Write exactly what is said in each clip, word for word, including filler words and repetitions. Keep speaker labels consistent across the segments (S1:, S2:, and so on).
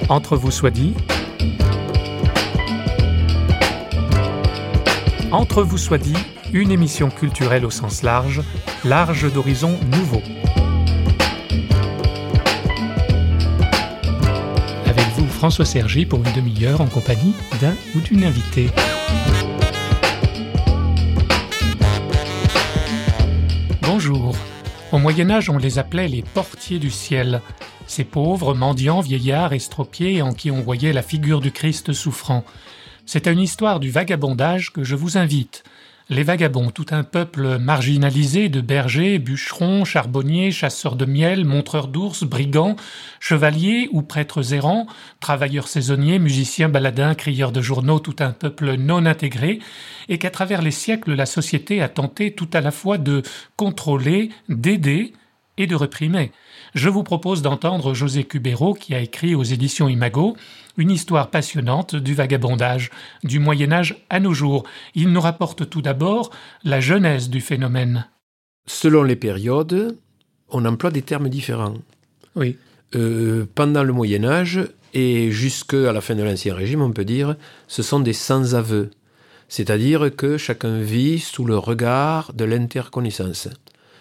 S1: Entre vous soit dit. Entre vous soit dit, une émission culturelle au sens large, large d'horizons nouveaux. Avec vous, François Sergi, pour une demi-heure en compagnie d'un ou d'une invitée. Bonjour. Au Moyen-Âge, on les appelait les portiers du ciel. Ces pauvres, mendiants, vieillards, estropiés en qui on voyait la figure du Christ souffrant. C'est à une histoire du vagabondage que je vous invite. Les vagabonds, tout un peuple marginalisé de bergers, bûcherons, charbonniers, chasseurs de miel, montreurs d'ours, brigands, chevaliers ou prêtres errants, travailleurs saisonniers, musiciens, baladins, crieurs de journaux, tout un peuple non intégré, et qu'à travers les siècles, la société a tenté tout à la fois de contrôler, d'aider et de réprimer. Je vous propose d'entendre José Cubero, qui a écrit aux éditions Imago une histoire passionnante du vagabondage, du Moyen-Âge à nos jours. Il nous rapporte tout d'abord la genèse du phénomène.
S2: Selon les périodes, on emploie des termes différents.
S1: Oui.
S2: Euh, pendant le Moyen-Âge et jusqu'à la fin de l'Ancien Régime, on peut dire, ce sont des sans-aveux. C'est-à-dire que chacun vit sous le regard de l'interconnaissance.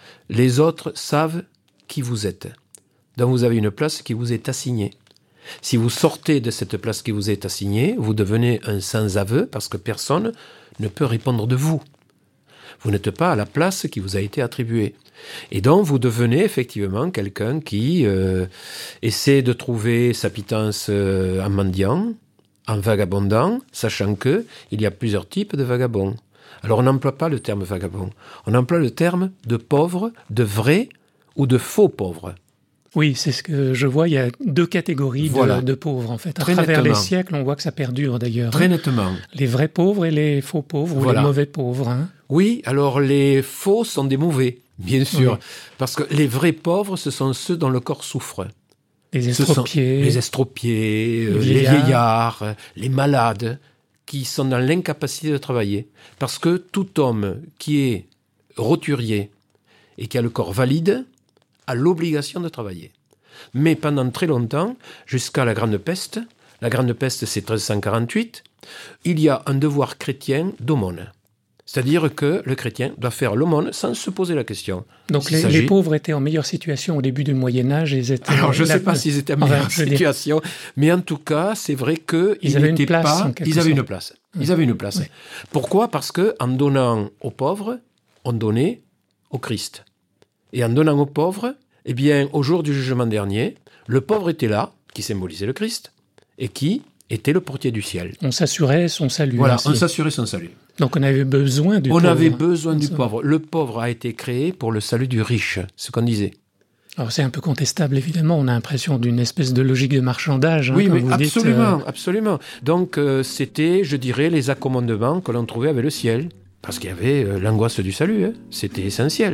S2: Les autres savent qui vous êtes. Donc vous avez une place qui vous est assignée. Si vous sortez de cette place qui vous est assignée, vous devenez un sans-aveu parce que personne ne peut répondre de vous. Vous n'êtes pas à la place qui vous a été attribuée. Et donc vous devenez effectivement quelqu'un qui euh, essaie de trouver sa pitance euh, en mendiant, en vagabondant, sachant qu'il y a plusieurs types de vagabonds. Alors on n'emploie pas le terme vagabond, on emploie le terme de pauvre, de vrai ou de faux pauvre.
S1: Oui, c'est ce que je vois, il y a deux catégories voilà. de, de pauvres en fait. À
S2: Très
S1: travers
S2: nettement.
S1: les siècles, on voit que ça perdure d'ailleurs.
S2: Très nettement.
S1: Les vrais pauvres et les faux pauvres, ou
S2: voilà.
S1: les mauvais pauvres. Hein.
S2: Oui, alors les faux sont des mauvais, bien sûr, oui. Parce que les vrais pauvres, ce sont ceux dont le corps souffre.
S1: Les estropiés.
S2: Les estropiés, les, euh, les vieillards, les malades, qui sont dans l'incapacité de travailler. Parce que tout homme qui est roturier et qui a le corps valide a l'obligation de travailler. Mais pendant très longtemps, jusqu'à la Grande Peste, la Grande Peste c'est treize cent quarante-huit, il y a un devoir chrétien d'aumône. C'est-à-dire que le chrétien doit faire l'aumône sans se poser la question.
S1: Donc les, les pauvres étaient en meilleure situation au début du Moyen-Âge. Ils étaient
S2: Alors je ne
S1: la...
S2: sais pas s'ils étaient en meilleure enfin, situation, mais en tout cas, c'est vrai qu'ils
S1: ils avaient
S2: n'étaient
S1: une place,
S2: pas...
S1: En quelque
S2: ils avaient
S1: sorte.
S2: une place. Ils avaient une place. Oui. Pourquoi ? Parce qu'en donnant aux pauvres, on donnait au Christ. Et en donnant aux pauvres, eh bien, au jour du jugement dernier, le pauvre était là, qui symbolisait le Christ, et qui était le portier du ciel.
S1: On s'assurait son salut.
S2: Voilà,
S1: ainsi.
S2: on s'assurait son salut.
S1: Donc on avait besoin du
S2: on
S1: pauvre.
S2: On avait besoin du
S1: ça.
S2: pauvre. Le pauvre a été créé pour le salut du riche, ce qu'on disait.
S1: Alors c'est un peu contestable, évidemment. On a l'impression d'une espèce de logique de marchandage. Hein,
S2: oui,
S1: comme
S2: mais
S1: vous
S2: absolument,
S1: dites, euh...
S2: absolument. Donc euh, c'était, je dirais, les accommodements que l'on trouvait avec le ciel. Parce qu'il y avait euh, l'angoisse du salut. Hein. C'était essentiel.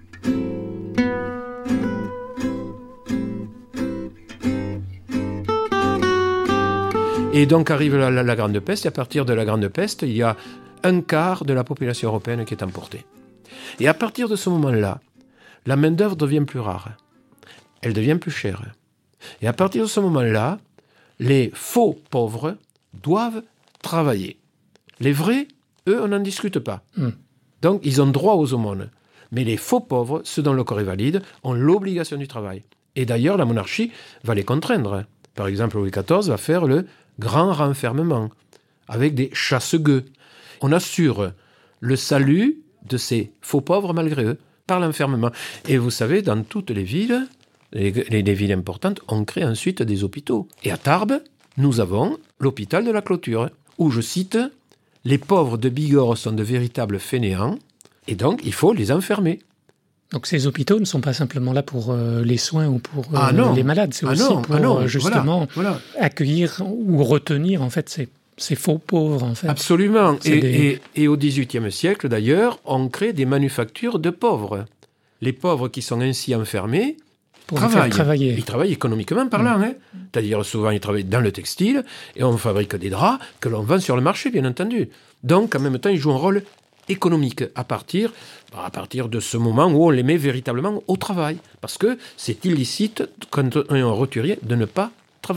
S2: Et donc arrive la, la, la Grande Peste, et à partir de la Grande Peste, il y a un quart de la population européenne qui est emportée. Et à partir de ce moment-là, la main-d'œuvre devient plus rare. Elle devient plus chère. Et à partir de ce moment-là, les faux pauvres doivent travailler. Les vrais, eux, on n'en discute pas. Mm. Donc, ils ont droit aux aumônes. Mais les faux pauvres, ceux dont le corps est valide, ont l'obligation du travail. Et d'ailleurs, la monarchie va les contraindre. Par exemple, Louis quatorze va faire le grand renfermement, avec des chasse-gueux. On assure le salut de ces faux pauvres malgré eux, par l'enfermement. Et vous savez, dans toutes les villes, les, les, les villes importantes, on crée ensuite des hôpitaux. Et à Tarbes, nous avons l'hôpital de la Clôture, où, je cite, « Les pauvres de Bigorre sont de véritables fainéants, et donc il faut les enfermer. »
S1: Donc ces hôpitaux ne sont pas simplement là pour euh, les soins ou pour euh,
S2: ah
S1: les malades, c'est
S2: ah
S1: aussi
S2: non,
S1: pour
S2: ah non,
S1: euh, justement
S2: voilà, voilà.
S1: accueillir ou retenir en fait ces, ces faux pauvres. En fait.
S2: Absolument. Et,
S1: des...
S2: et, et au dix-huitième siècle d'ailleurs, on crée des manufactures de pauvres. Les pauvres qui sont ainsi enfermés
S1: pour
S2: travaillent.
S1: Faire travailler.
S2: Ils travaillent économiquement parlant. Mmh. Hein. C'est-à-dire souvent ils travaillent dans le textile et on fabrique des draps que l'on vend sur le marché, bien entendu. Donc en même temps, ils jouent un rôle économique à partir, à partir de ce moment où on les met véritablement au travail. Parce que c'est illicite, quand on est un roturier, de ne pas travailler.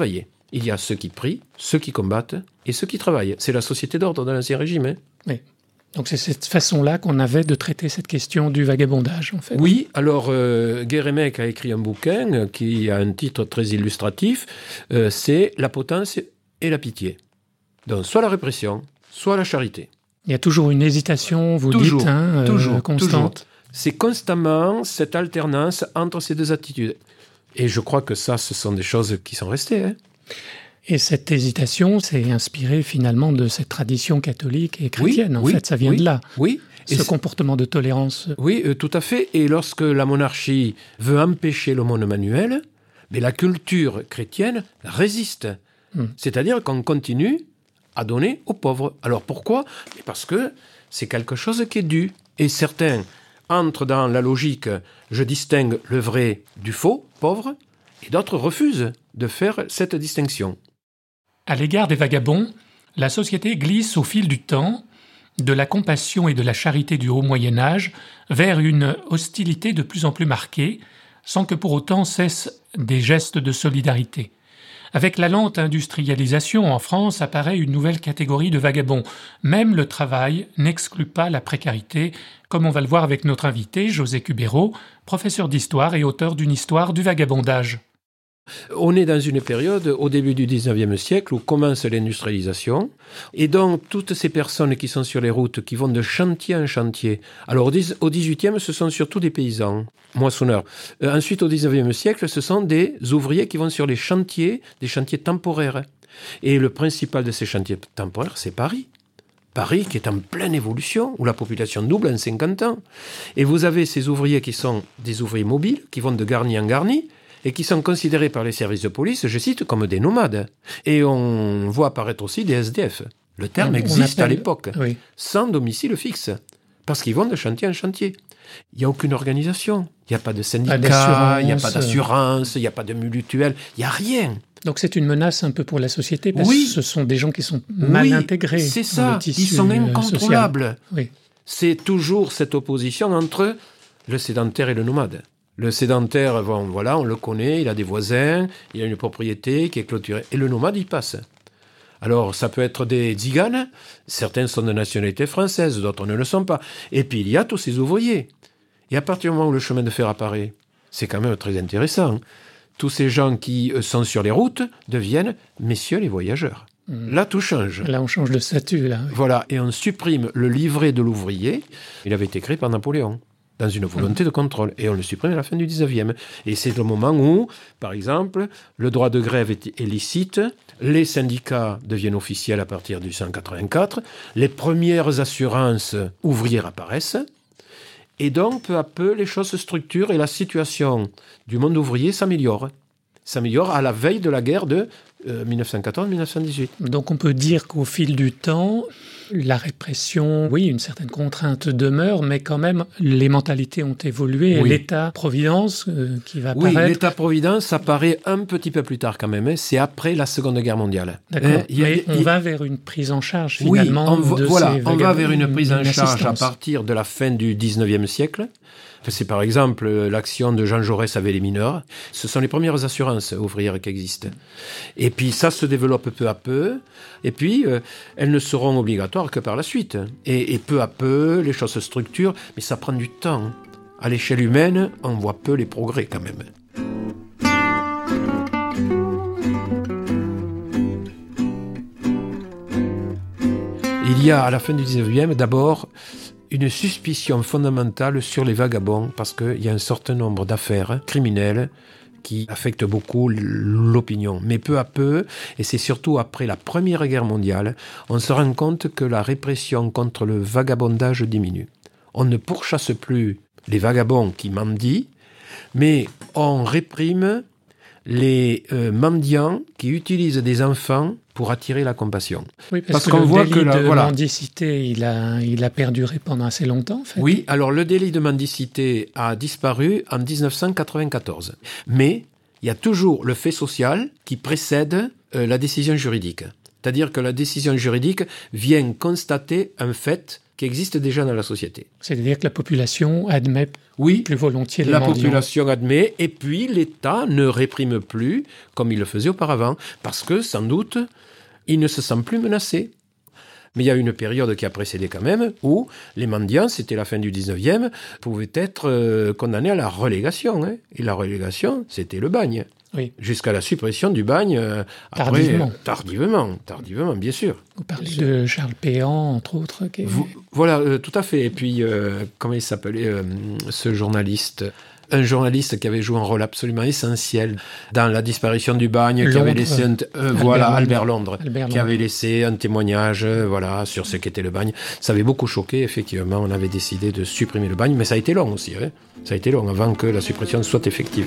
S2: Il y a ceux qui prient, ceux qui combattent et ceux qui travaillent. C'est la société d'ordre de l'Ancien Régime. Hein.
S1: Oui. Donc c'est cette façon-là qu'on avait de traiter cette question du vagabondage, en fait.
S2: Oui, alors euh, Guérémec a écrit un bouquin qui a un titre très illustratif, euh, c'est « La potence et la pitié ». Donc soit la répression, soit la charité.
S1: Il y a toujours une hésitation, vous
S2: toujours,
S1: dites, hein,
S2: toujours,
S1: euh, constante.
S2: Toujours. C'est constamment cette alternance entre ces deux attitudes. Et je crois que ça, ce sont des choses qui sont restées. Hein.
S1: Et cette hésitation s'est inspirée finalement de cette tradition catholique et chrétienne.
S2: Oui,
S1: en
S2: oui,
S1: fait, ça vient
S2: oui,
S1: de là.
S2: Oui.
S1: Ce et comportement de tolérance.
S2: Oui, euh, tout à fait. Et lorsque la monarchie veut empêcher l'aumône manuelle, mais la culture chrétienne résiste. Hmm. C'est-à-dire qu'on continue à donner aux pauvres. Alors pourquoi ? Mais parce que c'est quelque chose qui est dû. Et certains entrent dans la logique « je distingue le vrai du faux, pauvre », et d'autres refusent de faire cette distinction.
S1: À l'égard des vagabonds, la société glisse au fil du temps de la compassion et de la charité du haut Moyen-Âge vers une hostilité de plus en plus marquée, sans que pour autant cessent des gestes de solidarité. Avec la lente industrialisation en France apparaît une nouvelle catégorie de vagabonds. Même le travail n'exclut pas la précarité, comme on va le voir avec notre invité, José Cubero, professeur d'histoire et auteur d'une histoire du vagabondage.
S2: On est dans une période, au début du dix-neuvième siècle, où commence l'industrialisation. Et donc, toutes ces personnes qui sont sur les routes, qui vont de chantier en chantier. Alors, au dix-huitième, ce sont surtout des paysans, moissonneurs. Euh, ensuite, au dix-neuvième siècle, ce sont des ouvriers qui vont sur les chantiers, des chantiers temporaires. Et le principal de ces chantiers temporaires, c'est Paris. Paris qui est en pleine évolution, où la population double en cinquante ans. Et vous avez ces ouvriers qui sont des ouvriers mobiles, qui vont de garni en garni, et qui sont considérés par les services de police, je cite, comme des nomades. Et on voit apparaître aussi des S D F. Le terme on, existe on appelle, à l'époque, oui. Sans domicile fixe, parce qu'ils vont de chantier en chantier. Il n'y a aucune organisation, il n'y a pas de syndicat, il n'y a pas d'assurance, il n'y a pas de mutuelle, il n'y a rien.
S1: Donc c'est une menace un peu pour la société, parce
S2: oui.
S1: que ce sont des gens qui sont mal
S2: oui,
S1: intégrés.
S2: C'est ça, ils sont incontrôlables.
S1: Oui.
S2: C'est toujours cette opposition entre le sédentaire et le nomade. Le sédentaire, bon, voilà, on le connaît, il a des voisins, il a une propriété qui est clôturée. Et le nomade, il passe. Alors, ça peut être des tziganes, certains sont de nationalité française, d'autres ne le sont pas. Et puis, il y a tous ces ouvriers. Et à partir du moment où le chemin de fer apparaît, c'est quand même très intéressant. Tous ces gens qui sont sur les routes deviennent messieurs les voyageurs. Mmh. Là, tout change.
S1: Là, on change de statut. Là, oui.
S2: Voilà, et on supprime le livret de l'ouvrier. Il avait été créé par Napoléon, dans une volonté de contrôle. Et on le supprime à la fin du dix-neuvième. Et c'est le moment où, par exemple, le droit de grève est, est licite, les syndicats deviennent officiels à partir du cent quatre-vingt-quatre, les premières assurances ouvrières apparaissent, et donc, peu à peu, les choses se structurent et la situation du monde ouvrier s'améliore. S'améliore à la veille de la guerre de euh, dix-neuf cent quatorze dix-neuf cent dix-huit.
S1: Donc on peut dire qu'au fil du temps, la répression, oui, une certaine contrainte demeure, mais quand même, les mentalités ont évolué. Oui. Et l'État-providence euh, qui va apparaître...
S2: Oui, l'État-providence apparaît un petit peu plus tard quand même. Hein. C'est après la Seconde Guerre mondiale.
S1: D'accord, hein, mais a, on il... va vers une prise en charge, finalement,
S2: oui, on va,
S1: de
S2: voilà,
S1: ces
S2: on va vers une prise en
S1: assistance.
S2: charge à partir de la fin du dix-neuvième siècle. C'est par exemple l'action de Jean Jaurès avec les mineurs. Ce sont les premières assurances ouvrières qui existent. Et puis ça se développe peu à peu. Et puis euh, elles ne seront obligatoires que par la suite. Et, et peu à peu, les choses se structurent. Mais ça prend du temps. À l'échelle humaine, on voit peu les progrès quand même. Il y a à la fin du dix-neuvième d'abord une suspicion fondamentale sur les vagabonds parce qu'il y a un certain nombre d'affaires criminelles qui affectent beaucoup l'opinion. Mais peu à peu, et c'est surtout après la Première Guerre mondiale, on se rend compte que la répression contre le vagabondage diminue. On ne pourchasse plus les vagabonds qui mendient, mais on réprime les euh, mendiants qui utilisent des enfants pour attirer la compassion.
S1: Oui, parce, parce que qu'on le voit délit que la, de voilà. mendicité, il a, il a perduré pendant assez longtemps, en fait.
S2: Oui, alors le délit de mendicité a disparu en dix-neuf cent quatre-vingt-quatorze. Mais il y a toujours le fait social qui précède euh, la décision juridique. C'est-à-dire que la décision juridique vient constater un fait qui existent déjà dans la société.
S1: C'est-à-dire que la population admet
S2: oui,
S1: plus volontiers les
S2: la
S1: mendiants.
S2: population admet, et puis l'État ne réprime plus comme il le faisait auparavant, parce que, sans doute, il ne se sent plus menacé. Mais il y a une période qui a précédé quand même, où les mendiants, c'était la fin du dix-neuvième, pouvaient être euh, condamnés à la relégation. Hein. Et la relégation, c'était le bagne.
S1: Oui.
S2: Jusqu'à la suppression du bagne. Euh,
S1: tardivement.
S2: Après, tardivement, tardivement, bien sûr.
S1: Vous parlez de Charles Péan, entre autres. Qui est...
S2: Vous, voilà, euh, tout à fait. Et puis, euh, comment il s'appelait, euh, ce journaliste un journaliste qui avait joué un rôle absolument essentiel dans la disparition du bagne,
S1: Londres,
S2: qui avait laissé un t- euh,
S1: Albert
S2: voilà
S1: Londres.
S2: Albert Londres,
S1: Albert
S2: qui
S1: Londres.
S2: avait laissé un témoignage, euh, voilà, sur ce qu'était le bagne. Ça avait beaucoup choqué, effectivement. On avait décidé de supprimer le bagne, mais ça a été long aussi. Hein. Ça a été long avant que la suppression soit effective.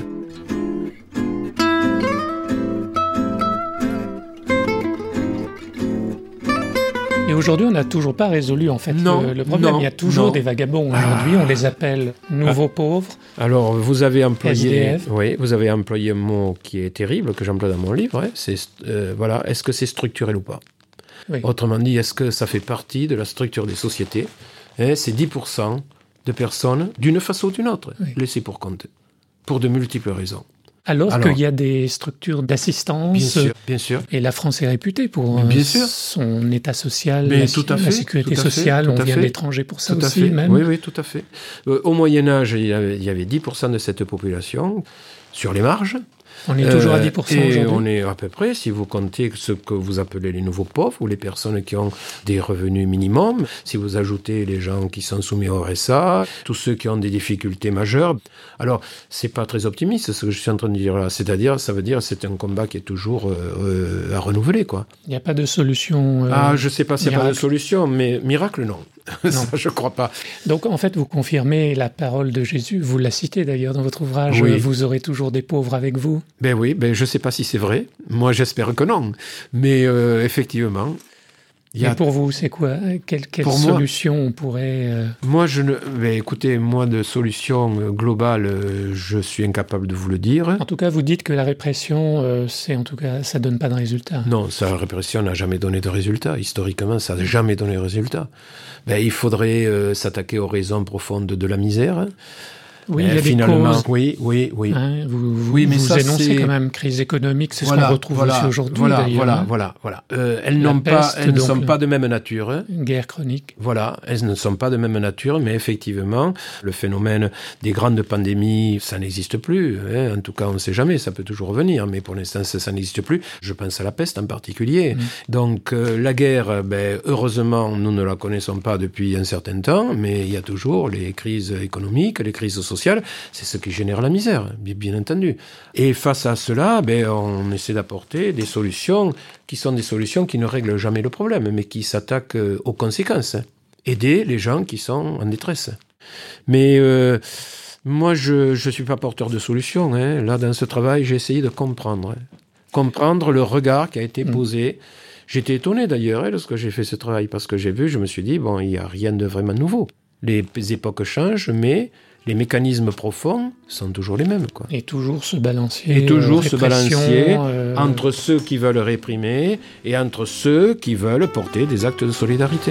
S1: Et aujourd'hui, on n'a toujours pas résolu en fait
S2: Non,
S1: le, le problème.
S2: non,
S1: Il y a toujours
S2: non.
S1: des vagabonds aujourd'hui. On les appelle nouveaux pauvres.
S2: Alors, vous avez employé,
S1: S D F.
S2: oui, vous avez employé un mot qui est terrible que j'emploie dans mon livre. Hein, c'est euh, voilà, est-ce que c'est structurel ou pas?
S1: Oui.
S2: Autrement dit, est-ce que ça fait partie de la structure des sociétés? Hein, c'est dix pour cent de personnes, d'une façon ou d'une autre,
S1: Oui.
S2: laissées pour compte, pour de multiples raisons.
S1: Alors,
S2: Alors,
S1: qu'il y a des structures d'assistance.
S2: Bien sûr, bien sûr.
S1: Et la France est réputée pour euh,
S2: Bien sûr.
S1: son état social,
S2: Mais
S1: la,
S2: tout à
S1: la
S2: fait,
S1: sécurité
S2: tout à fait,
S1: sociale.
S2: tout
S1: On
S2: à
S1: vient
S2: fait.
S1: de l'étranger pour ça
S2: Tout à
S1: aussi,
S2: fait.
S1: même.
S2: Oui, oui, tout à fait. Euh, au Moyen-Âge, il y avait, il y avait dix pour cent de cette population sur les marges.
S1: On est toujours
S2: Euh,
S1: à dix pour cent
S2: et
S1: aujourd'hui.
S2: on est à peu près, si vous comptez ce que vous appelez les nouveaux pauvres, ou les personnes qui ont des revenus minimums, si vous ajoutez les gens qui sont soumis au R S A, tous ceux qui ont des difficultés majeures. Alors, c'est pas très optimiste ce que je suis en train de dire là. C'est-à-dire, ça veut dire c'est un combat qui est toujours euh, euh, à renouveler, quoi.
S1: Il n'y a pas de solution. euh,
S2: ah, je sais pas s'il n'y a pas de
S1: miracle.
S2: solution, mais miracle, non.
S1: Non.
S2: Ça, je crois pas.
S1: Donc, en fait, vous confirmez la parole de Jésus. Vous la citez d'ailleurs dans votre ouvrage.
S2: Oui.
S1: euh, Vous aurez toujours des pauvres avec vous.
S2: Ben oui, ben je sais pas si c'est vrai. Moi, j'espère que non. Mais euh, effectivement, il y
S1: Et
S2: a...
S1: pour vous, c'est quoi Quelle, quelle
S2: Pour moi-
S1: solution on pourrait... euh,
S2: Moi, je ne... ben, écoutez, moi, de solution euh, globale, euh, je suis incapable de vous le dire.
S1: En tout cas, vous dites que la répression, euh, c'est en tout cas, ça donne pas de résultat.
S2: Non, sa répression n'a jamais donné de résultat. Historiquement, ça n'a jamais donné de résultat. Ben, il faudrait euh, s'attaquer aux raisons profondes de la misère.
S1: Oui,
S2: Ben,
S1: il y a
S2: finalement,
S1: des causes.
S2: oui, oui, oui.
S1: Hein, vous vous,
S2: Oui, mais
S1: vous
S2: ça,
S1: énoncez
S2: c'est-
S1: quand même crise économique, c'est
S2: Voilà,
S1: ce qu'on retrouve
S2: voilà,
S1: aussi aujourd'hui
S2: Voilà,
S1: d'ailleurs.
S2: voilà,
S1: hein.
S2: voilà, voilà. Euh, elles
S1: La
S2: n'ont pas,
S1: peste,
S2: elles ne
S1: donc,
S2: sont
S1: le-
S2: pas de même nature. Hein.
S1: Une guerre chronique.
S2: Voilà, elles ne sont pas de même nature, mais effectivement, le phénomène des grandes pandémies, ça n'existe plus. Hein. En tout cas, on ne sait jamais, ça peut toujours revenir, mais pour l'instant, ça, ça n'existe plus. Je pense à la peste en particulier.
S1: Mm.
S2: Donc, euh, la guerre, ben, heureusement, nous ne la connaissons pas depuis un certain temps, mais il y a toujours les crises économiques, les crises sociales, c'est ce qui génère la misère, bien, bien entendu. Et face à cela, ben, on essaie d'apporter des solutions qui sont des solutions qui ne règlent jamais le problème, mais qui s'attaquent euh, aux conséquences. Aider les gens qui sont en détresse. Mais euh, moi, je ne suis pas porteur de solutions. Hein. Là, dans ce travail, j'ai essayé de comprendre. Hein. Comprendre le regard qui a été posé. J'étais étonné d'ailleurs hein, lorsque j'ai fait ce travail, parce que j'ai vu, je me suis dit, bon, il n'y a rien de vraiment nouveau. Les époques changent, mais les mécanismes profonds sont toujours les mêmes, quoi.
S1: Et toujours se balancer.
S2: Et toujours
S1: euh,
S2: se
S1: répression,
S2: balancer
S1: euh,
S2: entre ceux qui veulent réprimer et entre ceux qui veulent porter des actes de solidarité.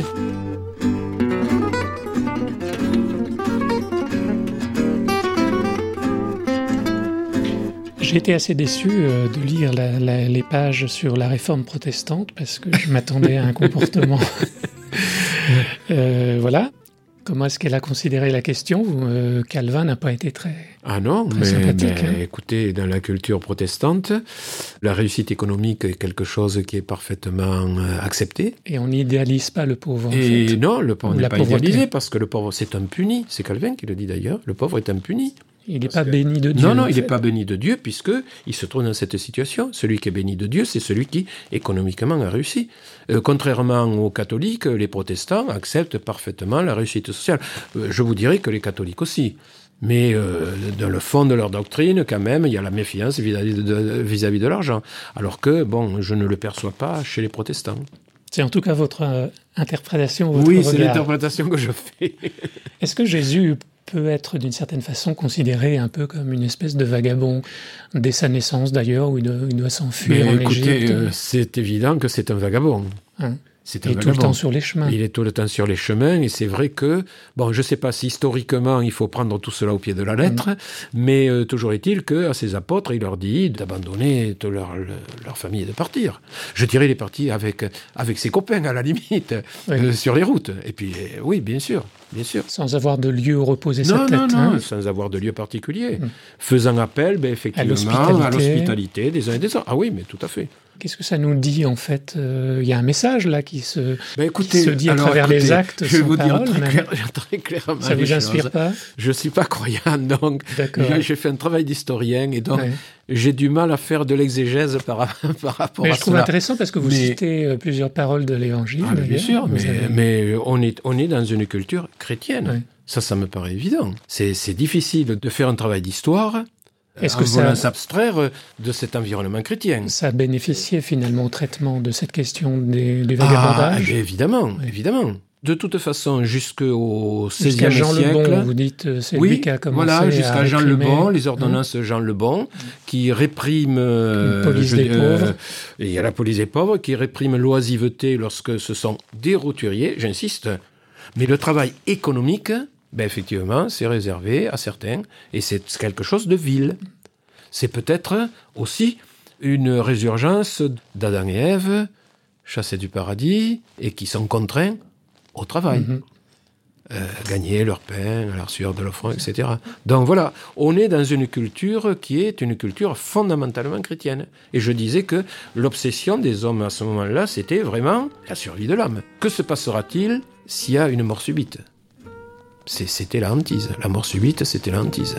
S1: J'ai été assez déçu euh, de lire la- la- les pages sur la réforme protestante parce que je m'attendais à un comportement. Euh, voilà. Comment est-ce qu'elle a considéré la question Euh, Calvin n'a pas été très...
S2: Ah non,
S1: Très
S2: mais,
S1: sympathique,
S2: mais
S1: hein.
S2: écoutez, dans la culture protestante, la réussite économique est quelque chose qui est parfaitement euh, accepté.
S1: Et on n'idéalise pas le pauvre, en
S2: Et
S1: fait.
S2: non, le pauvre
S1: Ou
S2: n'est
S1: la
S2: pas
S1: pauvreté.
S2: idéalisé parce que le pauvre, c'est un puni. C'est Calvin qui le dit d'ailleurs. Le pauvre est un puni.
S1: Il n'est pas béni de Dieu.
S2: Non, non,
S1: en
S2: il n'est
S1: fait.
S2: pas béni de Dieu puisque il se trouve dans cette situation. Celui qui est béni de Dieu, c'est celui qui économiquement a réussi. Euh, contrairement aux catholiques, les protestants acceptent parfaitement la réussite sociale. Euh, je vous dirais que les catholiques aussi. Mais euh, dans le fond de leur doctrine, quand même, il y a la méfiance vis-à-vis de, de- vis-à-vis de l'argent. Alors que, bon, je ne le perçois pas chez les protestants.
S1: C'est en tout cas votre euh, interprétation, votre
S2: Oui, c'est
S1: regard.
S2: l'interprétation que je fais.
S1: Est-ce que Jésus peut être d'une certaine façon considéré un peu comme une espèce de vagabond dès sa naissance d'ailleurs, où il doit, il doit s'enfuir
S2: Mais
S1: en
S2: écoutez,
S1: Égypte
S2: euh, c'est évident que c'est un vagabond.
S1: Hein.
S2: C'est
S1: un Il est tout le temps sur les chemins.
S2: Il est tout le temps sur les chemins et c'est vrai que, bon, je ne sais pas si historiquement il faut prendre tout cela au pied de la lettre, mmh. mais euh, toujours est-il qu'à ses apôtres, il leur dit d'abandonner de leur, le, leur famille et de partir. Je dirais, il est parti avec, avec ses copains à la limite, oui. euh, sur les routes. Et puis, euh, oui, bien sûr, bien sûr.
S1: Sans avoir de lieu où reposer
S2: non,
S1: sa tête.
S2: Non, non,
S1: hein.
S2: non, sans avoir de lieu particulier. Mmh. Faisant appel, ben, effectivement, à l'hospitalité. à l'hospitalité des uns et des autres. Ah oui, mais tout à fait.
S1: Qu'est-ce que ça nous dit, en fait ? Il euh, y a un message, là, qui se,
S2: ben écoutez,
S1: qui se dit à
S2: alors,
S1: travers
S2: écoutez,
S1: les actes,
S2: je vais vous
S1: parole,
S2: dire très, clair, très clairement.
S1: Ça ne vous inspire pas ?
S2: Je ne suis pas croyant, donc j'ai fait un travail d'historien, et donc ouais. j'ai du mal à faire de l'exégèse par, par rapport
S1: mais
S2: à cela.
S1: Je trouve intéressant, parce que vous mais, citez plusieurs paroles de l'Évangile.
S2: Ah, bien sûr, mais, avez... mais on, est, on est dans une culture chrétienne. Ouais. Ça, ça me paraît évident. C'est, c'est difficile de faire un travail d'histoire... Est-ce que ça s'abstraire de cet environnement chrétien.
S1: Ça a bénéficié finalement au traitement de cette question des, du vagabondage ?
S2: Ah, évidemment, oui. évidemment. De toute façon, jusqu'au seizième
S1: jusqu'à Jean
S2: siècle...
S1: le Bon, vous dites, c'est
S2: oui,
S1: lui qui a commencé
S2: voilà, jusqu'à
S1: à
S2: Jean
S1: réprimer.
S2: le Bon, les ordonnances mmh. Jean le Bon, qui répriment...
S1: Euh, police je, des euh, pauvres.
S2: Il y a la police des pauvres, qui réprime l'oisiveté lorsque ce sont des roturiers, j'insiste. Mais le travail économique... Ben effectivement, c'est réservé à certains, et c'est quelque chose de vil. C'est peut-être aussi une résurgence d'Adam et Ève, chassés du paradis, et qui sont contraints au travail. Mm-hmm. Euh, gagner leur pain, à la sueur de leur front, et cetera. Donc voilà, on est dans une culture qui est une culture fondamentalement chrétienne. Et je disais que l'obsession des hommes à ce moment-là, c'était vraiment la survie de l'âme. Que se passera-t-il s'il y a une mort subite ? C'était la hantise. La mort subite, c'était la hantise.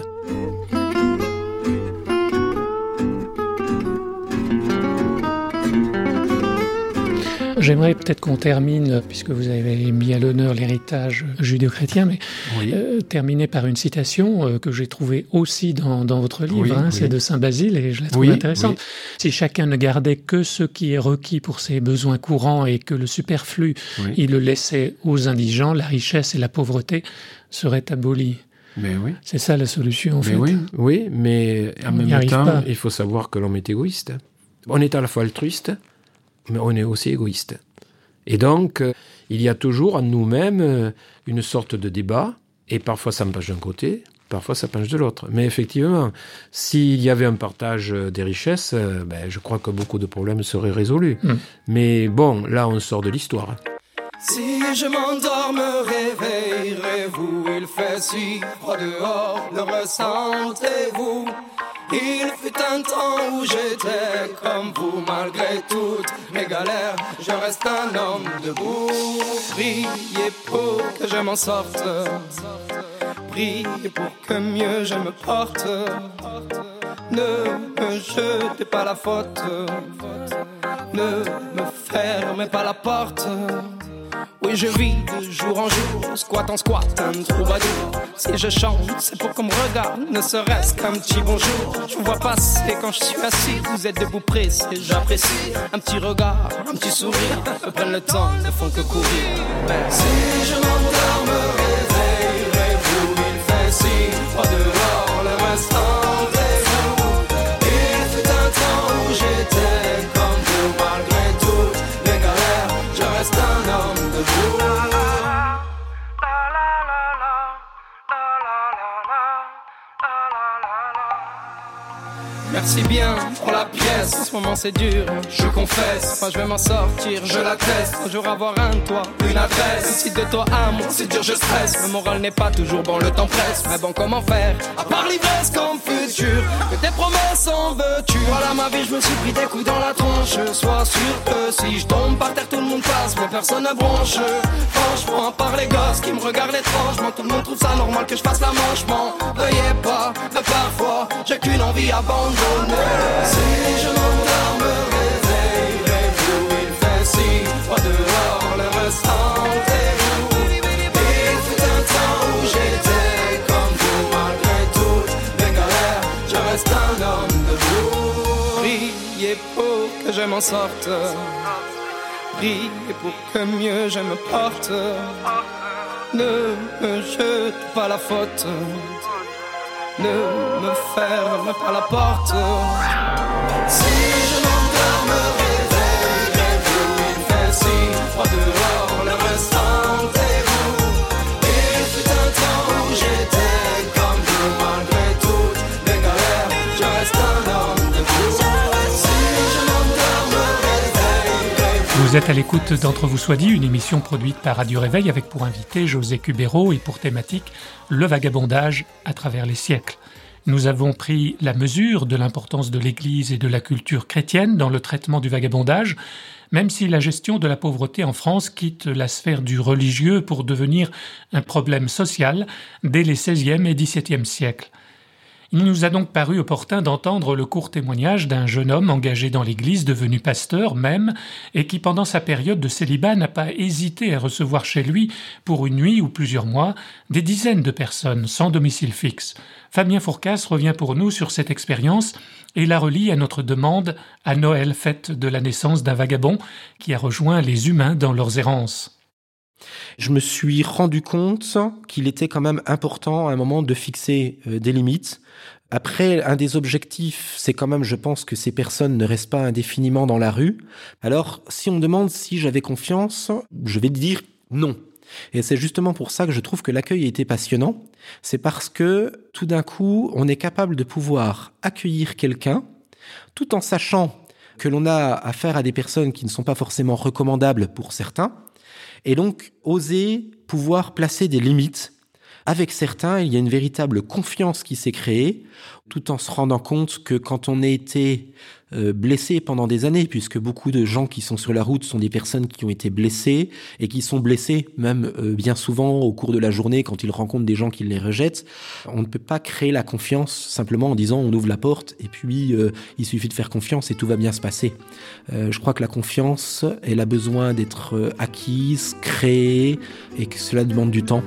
S1: J'aimerais peut-être qu'on termine, puisque vous avez mis à l'honneur l'héritage judéo-chrétien, mais oui. euh, terminer par une citation euh, que j'ai trouvée aussi dans, dans votre livre, oui, hein, oui. c'est de Saint Basile, et je la trouve oui, intéressante. Oui. Si chacun ne gardait que ce qui est requis pour ses besoins courants et que le superflu, oui. il le laissait aux indigents, la richesse et la pauvreté seraient abolies.
S2: Mais oui.
S1: C'est ça la solution, en
S2: mais
S1: fait.
S2: Oui, oui, mais en
S1: On
S2: même temps,
S1: pas.
S2: il faut savoir que l'homme est égoïste. On est à la fois altruiste, mais on est aussi égoïste. Et donc, euh, il y a toujours en nous-mêmes euh, une sorte de débat, et parfois ça penche d'un côté, parfois ça penche de l'autre. Mais effectivement, s'il y avait un partage des richesses, euh, ben, je crois que beaucoup de problèmes seraient résolus. Mm. Mais bon, là, on sort de l'histoire.
S3: Si je m'endors, me réveillerez-vous, il fait si froid dehors, le ressentez-vous? Il fut un temps où j'étais comme vous, malgré toutes mes galères, je reste un homme debout. Priez pour que je m'en sorte, priez pour que mieux je me porte. Ne me jetez pas la faute, ne me fermez pas la porte. Oui, je vis de jour en jour, squat en squat, un troubadour. Si je chante, c'est pour qu'on me regarde, ne serait-ce qu'un petit bonjour. Je vous vois passer quand je suis assis, vous êtes debout pressé, j'apprécie. Un petit regard, un petit sourire, me prennent le temps, ne font que courir. Si je m'endors, me réveillerez-vous, il fait si froid dehors, le restant est vous. Il fut un temps où j'étais comme vous, malgré toutes les galères, je reste un homme de vous. Merci bien pour la pièce, en ce moment c'est dur, je confesse. Moi je vais m'en sortir, je l'atteste. Un jour avoir un toit, une adresse. Si de toi à moi, c'est dur, je stresse. Le moral n'est pas toujours bon, le temps presse. Mais bon, comment faire, à part l'ivresse comme futur, que tes promesses en veux-tu? Voilà ma vie, je me suis pris des coups dans la tronche. Sois sûr que si je tombe par terre, tout le monde passe, mais personne ne bronche. Franchement, à part les gosses qui me regardent étrangement, tout le monde trouve ça normal que je fasse la manche. M'en veuillez pas, mais parfois, j'ai qu'une envie abandonnée. Si je m'endors, me réveillerez-vous, il fait si froid dehors, le restant est vous. Il fut un temps où j'étais comme vous, malgré toutes les galères, je reste un homme debout. Priez pour que je m'en sorte, priez pour que mieux je me porte. Ne me jete pas la faute, ne me ferme pas la porte. Si je m'endors, me réveillerez-vous, il fait si froid de
S1: Vous êtes à l'écoute d'Entre vous soit dit, une émission produite par Radio Réveil avec pour invité José Cubero et pour thématique le vagabondage à travers les siècles. Nous avons pris la mesure de l'importance de l'Église et de la culture chrétienne dans le traitement du vagabondage, même si la gestion de la pauvreté en France quitte la sphère du religieux pour devenir un problème social dès les seizième et dix-septième siècles. Il nous a donc paru opportun d'entendre le court témoignage d'un jeune homme engagé dans l'Église, devenu pasteur même, et qui pendant sa période de célibat n'a pas hésité à recevoir chez lui, pour une nuit ou plusieurs mois, des dizaines de personnes sans domicile fixe. Fabien Fourcas revient pour nous sur cette expérience et la relie à notre demande à Noël, fête de la naissance d'un vagabond qui a rejoint les humains dans leurs errances.
S4: Je me suis rendu compte qu'il était quand même important à un moment de fixer euh, des limites. Après, un des objectifs, c'est quand même, je pense, que ces personnes ne restent pas indéfiniment dans la rue. Alors, si on me demande si j'avais confiance, je vais dire non. Et c'est justement pour ça que je trouve que l'accueil a été passionnant. C'est parce que, tout d'un coup, on est capable de pouvoir accueillir quelqu'un, tout en sachant que l'on a affaire à des personnes qui ne sont pas forcément recommandables pour certains, et donc oser pouvoir placer des limites. Avec certains, il y a une véritable confiance qui s'est créée, tout en se rendant compte que quand on a été euh, blessé pendant des années, puisque beaucoup de gens qui sont sur la route sont des personnes qui ont été blessées, et qui sont blessées même euh, bien souvent au cours de la journée quand ils rencontrent des gens qui les rejettent, on ne peut pas créer la confiance simplement en disant on ouvre la porte et puis euh, il suffit de faire confiance et tout va bien se passer. Euh, je crois que la confiance, elle a besoin d'être euh, acquise, créée, et que cela demande du temps.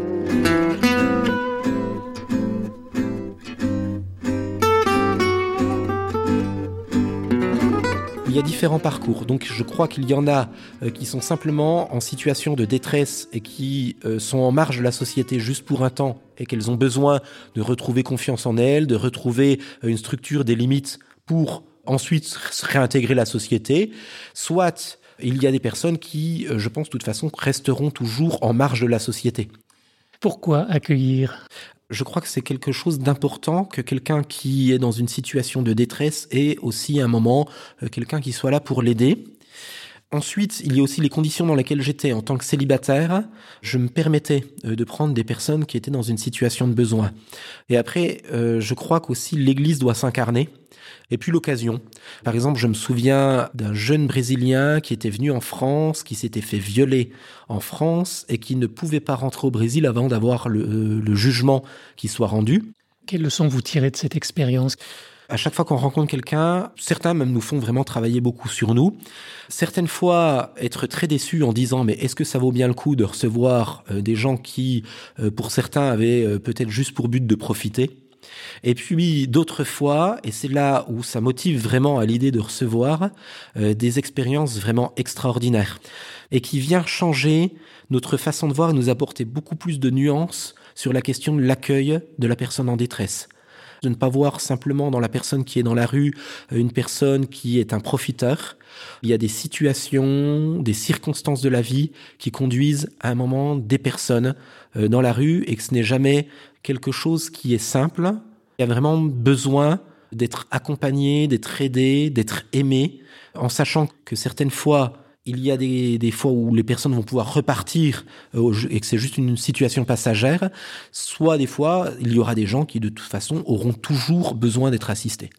S4: Il y a différents parcours, donc je crois qu'il y en a euh, qui sont simplement en situation de détresse et qui euh, sont en marge de la société juste pour un temps et qu'elles ont besoin de retrouver confiance en elles, de retrouver euh, une structure, des limites pour ensuite réintégrer la société. Soit il y a des personnes qui, euh, je pense de toute façon, resteront toujours en marge de la société.
S1: Pourquoi accueillir ?
S4: Je crois que c'est quelque chose d'important que quelqu'un qui est dans une situation de détresse ait aussi à un moment euh, quelqu'un qui soit là pour l'aider. Ensuite, il y a aussi les conditions dans lesquelles j'étais. En tant que célibataire, je me permettais euh, de prendre des personnes qui étaient dans une situation de besoin. Et après, euh, je crois qu'aussi l'Église doit s'incarner. Et puis l'occasion. Par exemple, je me souviens d'un jeune Brésilien qui était venu en France, qui s'était fait violer en France et qui ne pouvait pas rentrer au Brésil avant d'avoir le, euh, le jugement qui soit rendu.
S1: Quelles leçons vous tirez de cette expérience ?
S4: À chaque fois qu'on rencontre quelqu'un, certains même nous font vraiment travailler beaucoup sur nous. Certaines fois, être très déçu en disant « mais est-ce que ça vaut bien le coup de recevoir euh, des gens qui, euh, pour certains, avaient euh, peut-être juste pour but de profiter ?» Et puis d'autres fois, et c'est là où ça motive vraiment à l'idée de recevoir, euh, des expériences vraiment extraordinaires et qui vient changer notre façon de voir et nous apporter beaucoup plus de nuances sur la question de l'accueil de la personne en détresse. De ne pas voir simplement dans la personne qui est dans la rue une personne qui est un profiteur. Il y a des situations, des circonstances de la vie qui conduisent à un moment des personnes dans la rue et que ce n'est jamais quelque chose qui est simple. Il y a vraiment besoin d'être accompagné, d'être aidé, d'être aimé, en sachant que certaines fois, il y a des, des fois où les personnes vont pouvoir repartir euh, et que c'est juste une situation passagère, soit des fois, il y aura des gens qui, de toute façon, auront toujours besoin d'être assistés.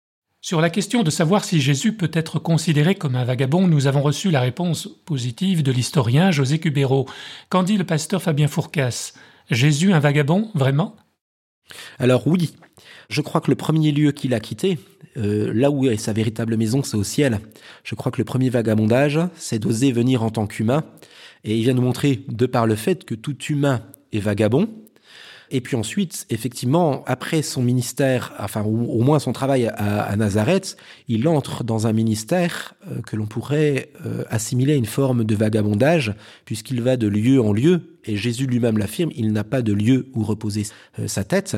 S1: Sur la question de savoir si Jésus peut être considéré comme un vagabond, nous avons reçu la réponse positive de l'historien José Cubero. Qu'en dit le pasteur Fabien Fourcas ? Jésus un vagabond, vraiment ?
S4: Alors oui, je crois que le premier lieu qu'il a quitté, euh, là où est sa véritable maison, c'est au ciel. Je crois que le premier vagabondage, c'est d'oser venir en tant qu'humain. Et il vient nous montrer, de par le fait que tout humain est vagabond. Et puis ensuite, effectivement, après son ministère, enfin au, au moins son travail à, à Nazareth, il entre dans un ministère euh, que l'on pourrait euh, assimiler à une forme de vagabondage, puisqu'il va de lieu en lieu, et Jésus lui-même l'affirme, il n'a pas de lieu où reposer euh, sa tête.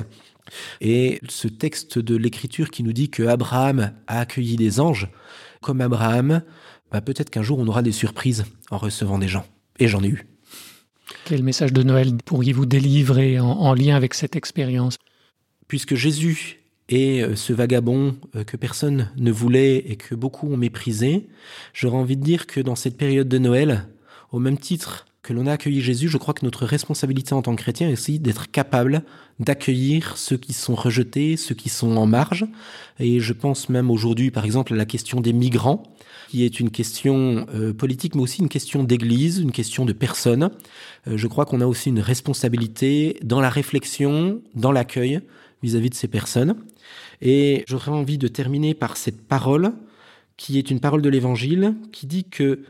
S4: Et ce texte de l'Écriture qui nous dit que Abraham a accueilli des anges, comme Abraham, bah peut-être qu'un jour on aura des surprises en recevant des gens. Et j'en ai eu.
S1: Quel message de Noël pourriez-vous délivrer en, en lien avec cette expérience ?
S4: Puisque Jésus et ce vagabond que personne ne voulait et que beaucoup ont méprisé, j'aurais envie de dire que dans cette période de Noël, au même titre que l'on a accueilli Jésus, je crois que notre responsabilité en tant que chrétien est aussi d'être capable d'accueillir ceux qui sont rejetés, ceux qui sont en marge. Et je pense même aujourd'hui, par exemple, à la question des migrants, qui est une question euh, politique, mais aussi une question d'église, une question de personnes. Euh, je crois qu'on a aussi une responsabilité dans la réflexion, dans l'accueil vis-à-vis de ces personnes. Et j'aurais envie de terminer par cette parole, qui est une parole de l'Évangile, qui dit que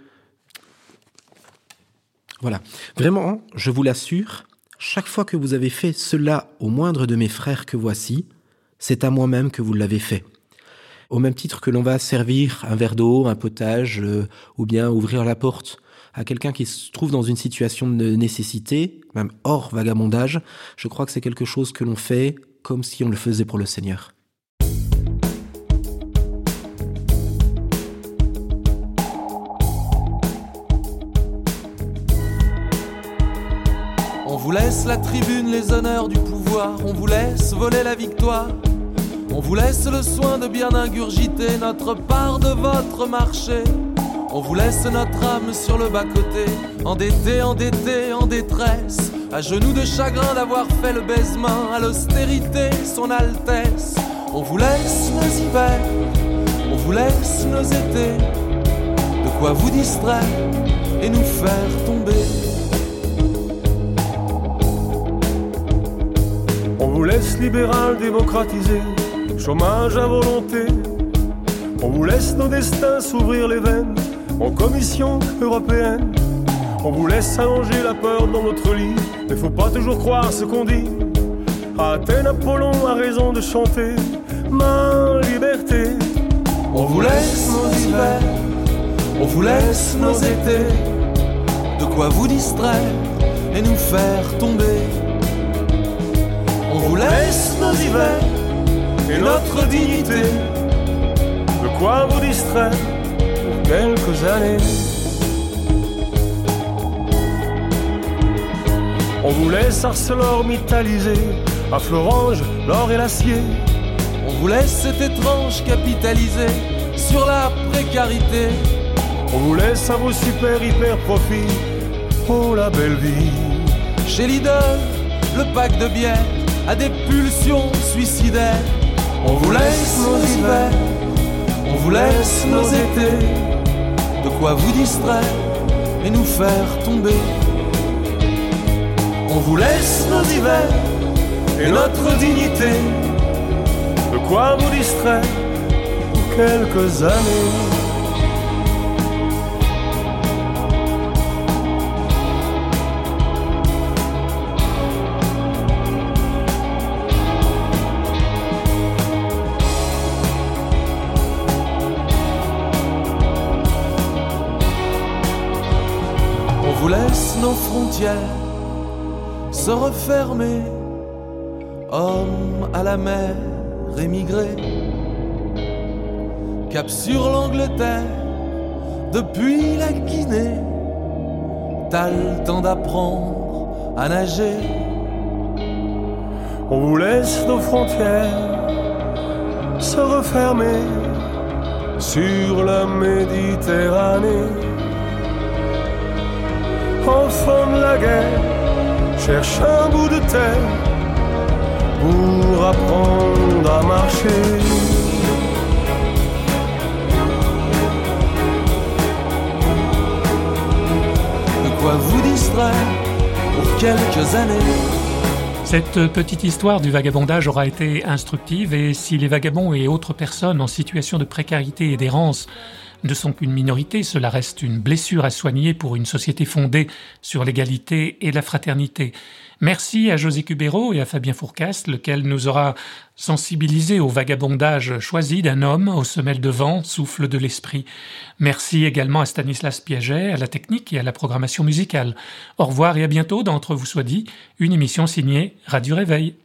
S4: voilà, vraiment, je vous l'assure, chaque fois que vous avez fait cela au moindre de mes frères que voici, c'est à moi-même que vous l'avez fait. Au même titre que l'on va servir un verre d'eau, un potage, euh, ou bien ouvrir la porte à quelqu'un qui se trouve dans une situation de nécessité, même hors vagabondage, je crois que c'est quelque chose que l'on fait comme si on le faisait pour le Seigneur.
S3: On vous laisse la tribune, les honneurs du pouvoir, on vous laisse voler la victoire, on vous laisse le soin de bien ingurgiter notre part de votre marché. On vous laisse notre âme sur le bas-côté, endetté, endetté, en détresse, à genoux de chagrin d'avoir fait le baisement à l'austérité, son Altesse. On vous laisse nos hivers, on vous laisse nos étés, de quoi vous distraire et nous faire tomber.
S5: On vous laisse libéral démocratisé, chômage à volonté. On vous laisse nos destins s'ouvrir les veines en commission européenne. On vous laisse allonger la peur dans notre lit, mais faut pas toujours croire ce qu'on dit. À Athènes, Apollon a raison de chanter ma liberté.
S3: On vous laisse nos hivers, on vous laisse nos étés, de quoi vous distraire et nous faire tomber. On vous laisse nos hivers et notre dignité,
S5: de quoi vous distraire pour quelques années. On vous laisse ArcelorMittaliser à Florange l'or et l'acier.
S3: On vous laisse cet étrange capitaliser sur la précarité.
S5: On vous laisse à vos super hyper profits, oh la belle vie.
S3: Chez Lidl, le pack de bière a des pulsions suicidaires. On vous laisse nos hivers, on vous laisse nos étés, de quoi vous distraire et nous faire tomber. On vous laisse nos hivers et notre dignité,
S5: de quoi vous distraire pour quelques années.
S3: On vous laisse nos frontières se refermer, hommes à la mer émigrés, cap sur l'Angleterre, depuis la Guinée, t'as le temps d'apprendre à nager.
S5: On vous laisse nos frontières se refermer sur la Méditerranée. Enfants de la guerre, cherche un bout de terre pour apprendre à marcher.
S3: De quoi vous distraire pour quelques années.
S1: Cette petite histoire du vagabondage aura été instructive et si les vagabonds et autres personnes en situation de précarité et d'errance ne sont qu'une minorité, cela reste une blessure à soigner pour une société fondée sur l'égalité et la fraternité. Merci à José Cubero et à Fabien Fourcast, lequel nous aura sensibilisés au vagabondage choisi d'un homme aux semelles de vent, souffle de l'esprit. Merci également à Stanislas Piaget, à la technique et à la programmation musicale. Au revoir et à bientôt dans Entre vous soit dit, une émission signée Radio Réveil.